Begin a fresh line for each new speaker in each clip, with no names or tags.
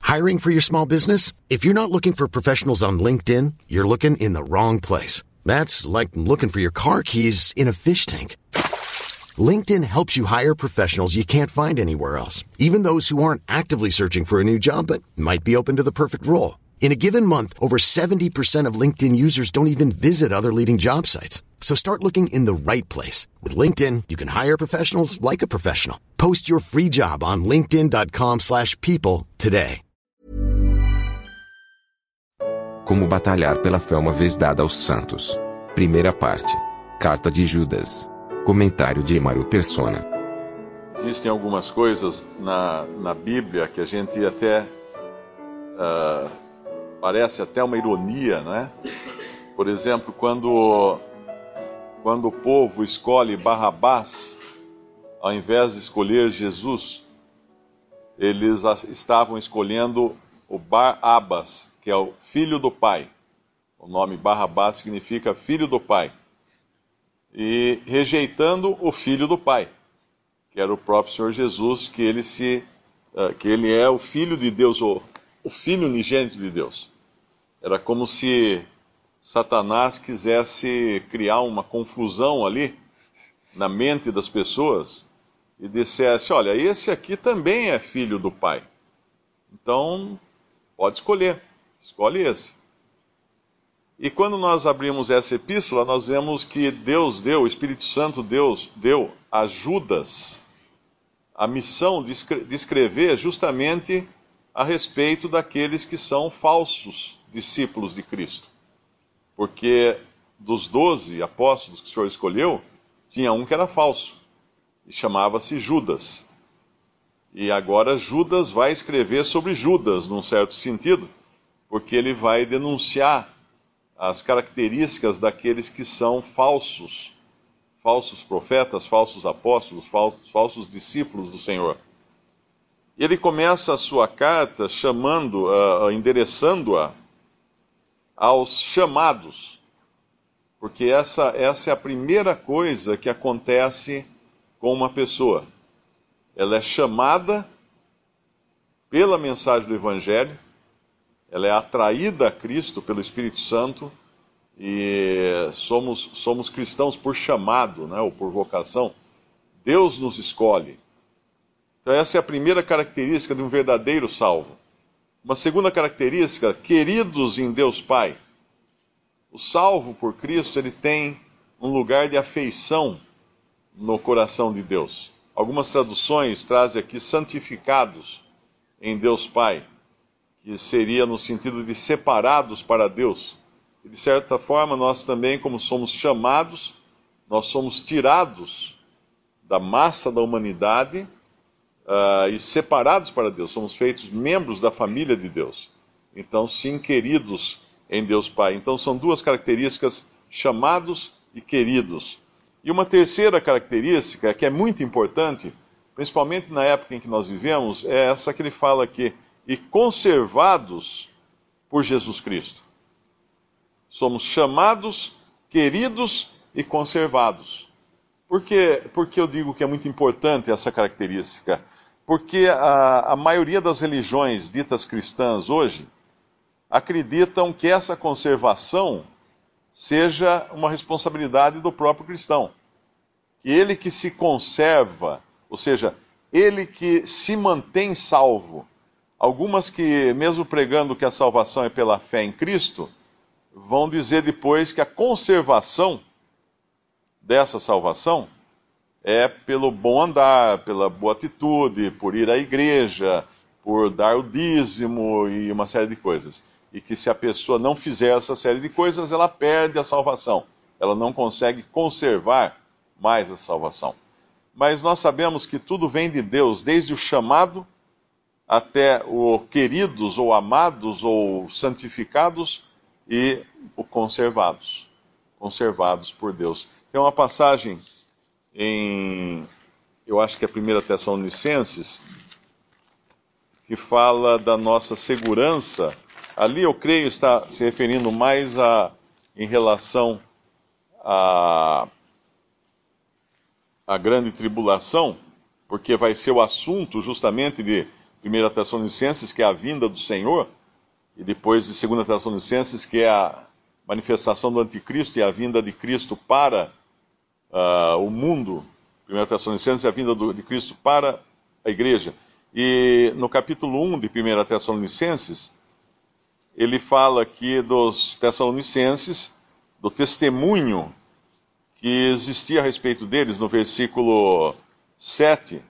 Hiring for your small business? If you're not looking for professionals on LinkedIn, you're looking in the wrong place. That's like looking for your car keys in a fish tank. LinkedIn helps you hire professionals you can't find anywhere else, even those who aren't actively searching for a new job but might be open to the perfect role. In a given month, over 70% of LinkedIn users don't even visit other leading job sites. So start looking in the right place. With LinkedIn, you can hire professionals like a professional. Post your free job on linkedin.com/people today.
Como batalhar pela fé uma vez dada aos santos. Primeira parte. Carta de Judas. Comentário de Mário Persona.
Existem algumas coisas na Bíblia que a gente até... parece até uma ironia, né? Por exemplo, quando o povo escolhe Barrabás, ao invés de escolher Jesus, eles estavam escolhendo o Bar-Abas, que é o filho do pai. O nome Barrabás significa filho do pai. E rejeitando o filho do pai, que era o próprio Senhor Jesus, que ele é o Filho de Deus, o Filho unigênito de Deus. Era como se Satanás quisesse criar uma confusão ali na mente das pessoas e dissesse: olha, esse aqui também é filho do Pai. Então, pode escolher. Escolhe esse. E quando nós abrimos essa epístola, nós vemos que Deus deu, o Espírito Santo deu a Judas a missão de escrever justamente a respeito daqueles que são falsos discípulos de Cristo. Porque dos 12 apóstolos que o Senhor escolheu, tinha um que era falso, e chamava-se Judas. E agora Judas vai escrever sobre Judas, num certo sentido, porque ele vai denunciar as características daqueles que são falsos profetas, falsos apóstolos, falsos discípulos do Senhor. E ele começa a sua carta endereçando-a aos chamados, porque essa é a primeira coisa que acontece com uma pessoa. Ela é chamada pela mensagem do Evangelho, ela é atraída a Cristo pelo Espírito Santo, e somos cristãos por chamado, né, ou por vocação. Deus nos escolhe. Então essa é a primeira característica de um verdadeiro salvo. Uma segunda característica, queridos em Deus Pai. O salvo por Cristo, ele tem um lugar de afeição no coração de Deus. Algumas traduções trazem aqui santificados em Deus Pai, que seria no sentido de separados para Deus. E de certa forma, nós também, como somos chamados, nós somos tirados da massa da humanidade e separados para Deus. Somos feitos membros da família de Deus. Então, sim, queridos em Deus Pai. Então, são duas características, chamados e queridos. E uma terceira característica, que é muito importante, principalmente na época em que nós vivemos, é essa que ele fala aqui: e conservados por Jesus Cristo. Somos chamados, queridos e conservados. Por que eu digo que é muito importante essa característica? Porque a maioria das religiões ditas cristãs hoje acreditam que essa conservação seja uma responsabilidade do próprio cristão. Que ele que se conserva, ou seja, ele que se mantém salvo. Algumas que, mesmo pregando que a salvação é pela fé em Cristo, vão dizer depois que a conservação dessa salvação é pelo bom andar, pela boa atitude, por ir à igreja, por dar o dízimo e uma série de coisas. E que se a pessoa não fizer essa série de coisas, ela perde a salvação. Ela não consegue conservar mais a salvação. Mas nós sabemos que tudo vem de Deus, desde o chamado até o queridos, ou amados, ou santificados, e o conservados por Deus. Tem uma passagem eu acho que é a 1 Tessalonicenses, que fala da nossa segurança. Ali eu creio está se referindo mais em relação à grande tribulação, porque vai ser o assunto justamente 1 Tessalonicenses, que é a vinda do Senhor, e depois de 2 Tessalonicenses, que é a manifestação do anticristo e a vinda de Cristo para o mundo. 1 Tessalonicenses é a vinda de Cristo para a igreja. E no capítulo 1 de 1 Tessalonicenses, ele fala aqui dos Tessalonicenses, do testemunho que existia a respeito deles, no versículo 7,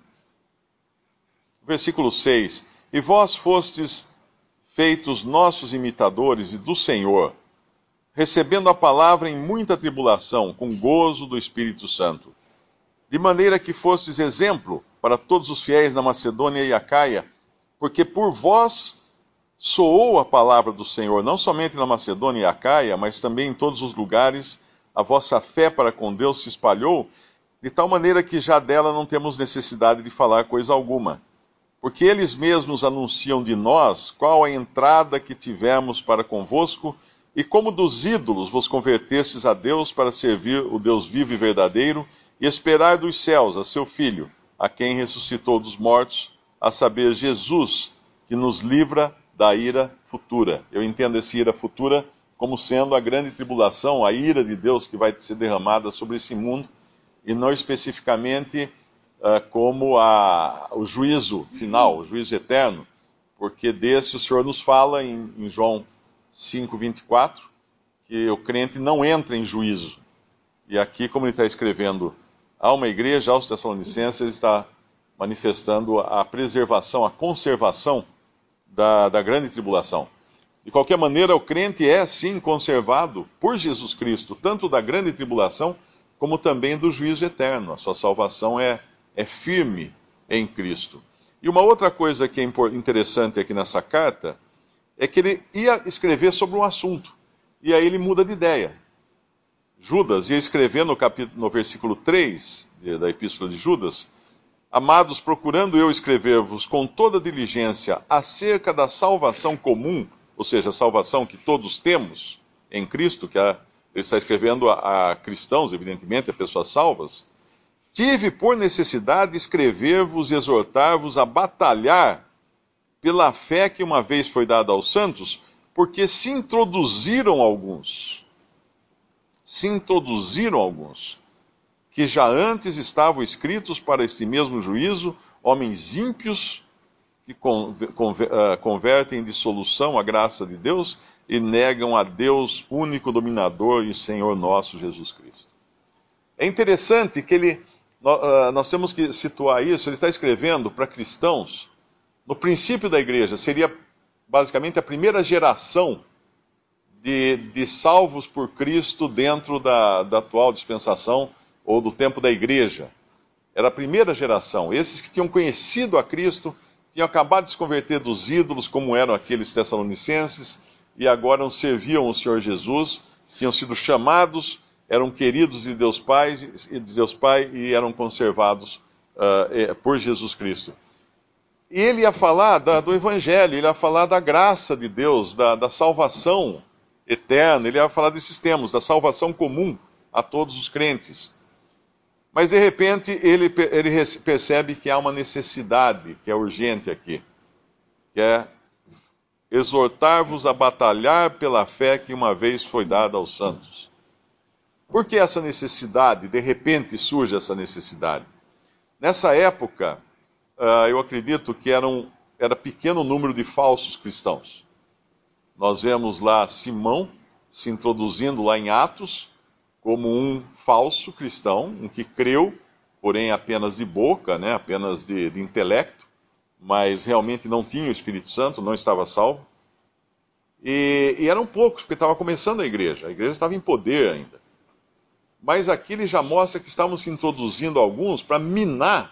versículo 6. E vós fostes feitos nossos imitadores e do Senhor, recebendo a palavra em muita tribulação, com gozo do Espírito Santo, de maneira que fostes exemplo para todos os fiéis na Macedônia e Acaia, porque por vós soou a palavra do Senhor, não somente na Macedônia e Acaia, mas também em todos os lugares. A vossa fé para com Deus se espalhou, de tal maneira que já dela não temos necessidade de falar coisa alguma. Porque eles mesmos anunciam de nós qual a entrada que tivemos para convosco, e como dos ídolos vos convertestes a Deus para servir o Deus vivo e verdadeiro, e esperar dos céus a seu Filho, a quem ressuscitou dos mortos, a saber, Jesus, que nos livra da ira futura. Eu entendo essa ira futura como sendo a grande tribulação, a ira de Deus que vai ser derramada sobre esse mundo, e não especificamente como o juízo final, o juízo eterno, porque desse o Senhor nos fala em João 5:24, que o crente não entra em juízo. E aqui, como ele está escrevendo a uma igreja, aos Tessalonicenses, ele está manifestando a preservação, a conservação da grande tribulação. De qualquer maneira, o crente é sim conservado por Jesus Cristo, tanto da grande tribulação, como também do juízo eterno. A sua salvação é firme em Cristo. E uma outra coisa que é interessante aqui nessa carta, é que ele ia escrever sobre um assunto, e aí ele muda de ideia. Judas ia escrever no versículo 3 da Epístola de Judas: Amados, procurando eu escrever-vos com toda diligência acerca da salvação comum, ou seja, a salvação que todos temos em Cristo, que ele está escrevendo a cristãos, evidentemente, a pessoas salvas, tive por necessidade escrever-vos e exortar-vos a batalhar pela fé que uma vez foi dada aos santos, porque se introduziram alguns, que já antes estavam escritos para este mesmo juízo, homens ímpios que convertem em dissolução a graça de Deus e negam a Deus, único dominador e Senhor nosso, Jesus Cristo. É interessante que nós temos que situar isso. Ele está escrevendo para cristãos no princípio da igreja. Seria basicamente a primeira geração de salvos por Cristo dentro da atual dispensação ou do tempo da igreja. Era a primeira geração. Esses que tinham conhecido a Cristo, tinham acabado de se converter dos ídolos, como eram aqueles tessalonicenses, e agora serviam o Senhor Jesus, tinham sido chamados, eram queridos de Deus Pai e eram conservados por Jesus Cristo. E ele ia falar do Evangelho, ele ia falar da graça de Deus, da salvação eterna, ele ia falar desses temas, da salvação comum a todos os crentes. Mas, de repente, ele percebe que há uma necessidade que é urgente aqui, que é exortar-vos a batalhar pela fé que uma vez foi dada aos santos. Por que essa necessidade? De repente surge essa necessidade. Nessa época, eu acredito que era pequeno número de falsos cristãos. Nós vemos lá Simão se introduzindo lá em Atos, como um falso cristão, um que creu, porém apenas de boca, né, apenas de intelecto, mas realmente não tinha o Espírito Santo, não estava salvo. E eram poucos, porque estava começando a igreja estava em poder ainda. Mas aqui ele já mostra que estavam se introduzindo alguns para minar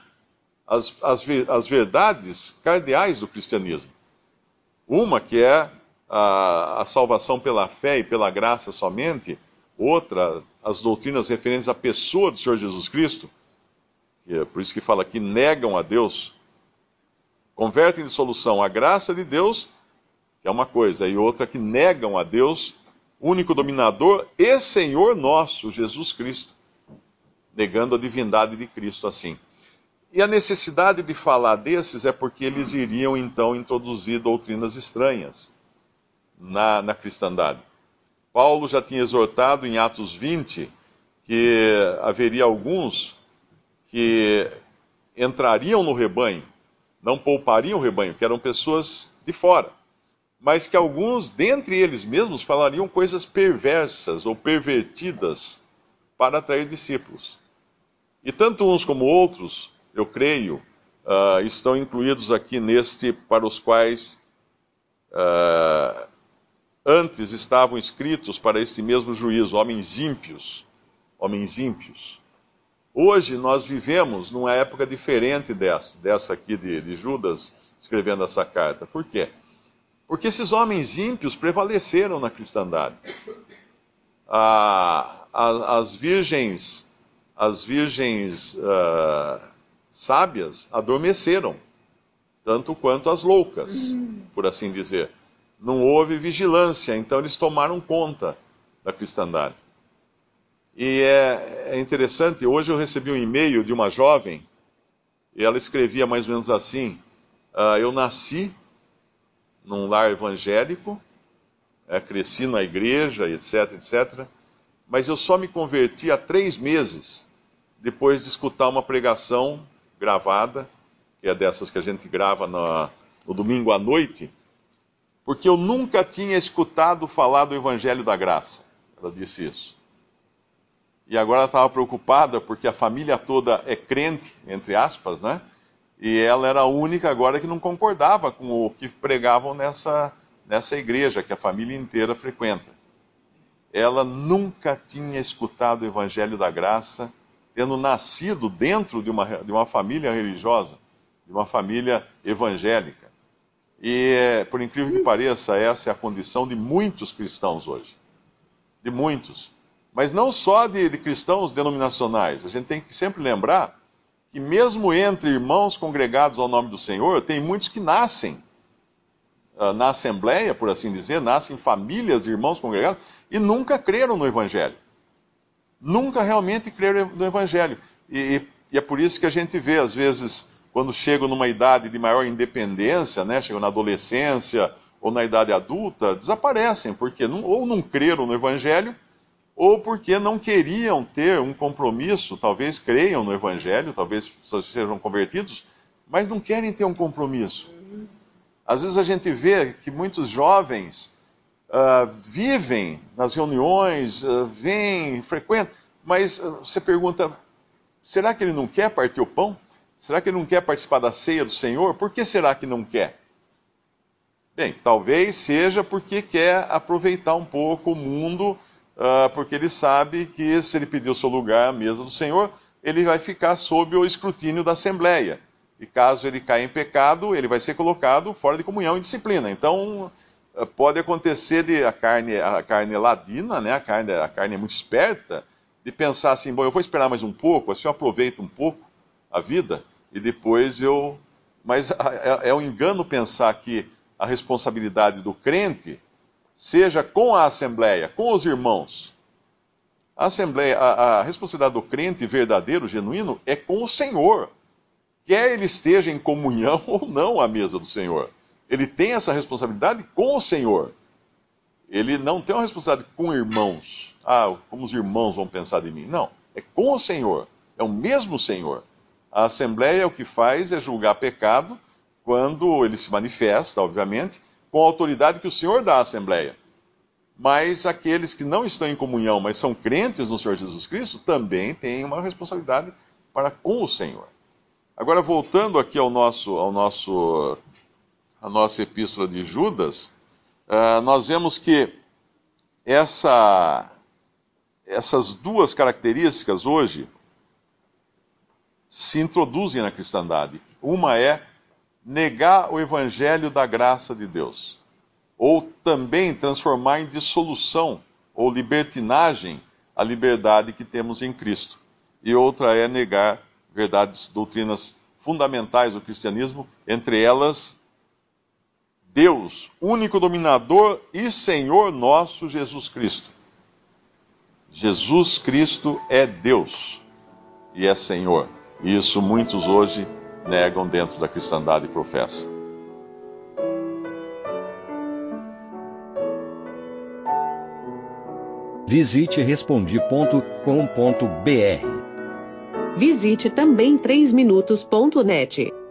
as verdades cardeais do cristianismo. Uma que é a salvação pela fé e pela graça somente. Outra, as doutrinas referentes à pessoa do Senhor Jesus Cristo, que é por isso que fala que negam a Deus, convertem em dissolução a graça de Deus, que é uma coisa, e outra que negam a Deus, único dominador e Senhor nosso, Jesus Cristo, negando a divindade de Cristo assim. E a necessidade de falar desses é porque eles iriam então introduzir doutrinas estranhas na cristandade. Paulo já tinha exortado em Atos 20 que haveria alguns que entrariam no rebanho, não poupariam o rebanho, que eram pessoas de fora, mas que alguns, dentre eles mesmos, falariam coisas perversas ou pervertidas para atrair discípulos. E tanto uns como outros, eu creio, estão incluídos aqui neste para os quais antes estavam escritos para este mesmo juízo, homens ímpios. Homens ímpios. Hoje nós vivemos numa época diferente dessa aqui de Judas escrevendo essa carta. Por quê? Porque esses homens ímpios prevaleceram na cristandade. As virgens sábias adormeceram, tanto quanto as loucas, por assim dizer. Não houve vigilância, então eles tomaram conta da cristandade. E é interessante, hoje eu recebi um e-mail de uma jovem, e ela escrevia mais ou menos assim: eu nasci num lar evangélico, cresci na igreja, etc, etc, mas eu só me converti há 3 meses, depois de escutar uma pregação gravada, que é dessas que a gente grava no domingo à noite, porque eu nunca tinha escutado falar do Evangelho da Graça. Ela disse isso. E agora ela estava preocupada porque a família toda é crente, entre aspas, né? E ela era a única agora que não concordava com o que pregavam nessa igreja, que a família inteira frequenta. Ela nunca tinha escutado o Evangelho da Graça, tendo nascido dentro de uma família religiosa, de uma família evangélica. E, por incrível que pareça, essa é a condição de muitos cristãos hoje. De muitos. Mas não só de cristãos denominacionais. A gente tem que sempre lembrar que mesmo entre irmãos congregados ao nome do Senhor, tem muitos que nascem na Assembleia, por assim dizer, nascem famílias de irmãos congregados e nunca creram no Evangelho. Nunca realmente creram no Evangelho. E é por isso que a gente vê, às vezes, quando chegam numa idade de maior independência, né, chegam na adolescência ou na idade adulta, desaparecem, porque ou não creram no Evangelho, ou porque não queriam ter um compromisso, talvez creiam no Evangelho, talvez sejam convertidos, mas não querem ter um compromisso. Às vezes a gente vê que muitos jovens vivem nas reuniões, vêm, frequentam, mas você pergunta, será que ele não quer partir o pão? Será que ele não quer participar da ceia do Senhor? Por que será que não quer? Bem, talvez seja porque quer aproveitar um pouco o mundo, porque ele sabe que se ele pedir o seu lugar à mesa do Senhor, ele vai ficar sob o escrutínio da Assembleia. E caso ele caia em pecado, ele vai ser colocado fora de comunhão e disciplina. Então, pode acontecer de a carne ladina, né? A carne é muito esperta, de pensar assim, bom, eu vou esperar mais um pouco, assim eu aproveito um pouco a vida, e depois eu... Mas é um engano pensar que a responsabilidade do crente seja com a Assembleia, com os irmãos. A responsabilidade do crente verdadeiro, genuíno, é com o Senhor. Quer ele esteja em comunhão ou não à mesa do Senhor. Ele tem essa responsabilidade com o Senhor. Ele não tem uma responsabilidade com irmãos. Como os irmãos vão pensar de mim. Não, é com o Senhor. É o mesmo Senhor. A Assembleia o que faz é julgar pecado quando ele se manifesta, obviamente, com a autoridade que o Senhor dá à Assembleia. Mas aqueles que não estão em comunhão, mas são crentes no Senhor Jesus Cristo, também têm uma responsabilidade para com o Senhor. Agora, voltando aqui à nossa epístola de Judas, nós vemos que essas duas características hoje se introduzem na cristandade. Uma é negar o evangelho da graça de Deus, ou também transformar em dissolução ou libertinagem a liberdade que temos em Cristo. E outra é negar verdades, doutrinas fundamentais do cristianismo, entre elas Deus, único dominador e Senhor nosso Jesus Cristo. Jesus Cristo é Deus e é Senhor. E isso muitos hoje negam dentro da cristandade e professam.
Visite Respondi.com.br.
Visite também 3minutos.net.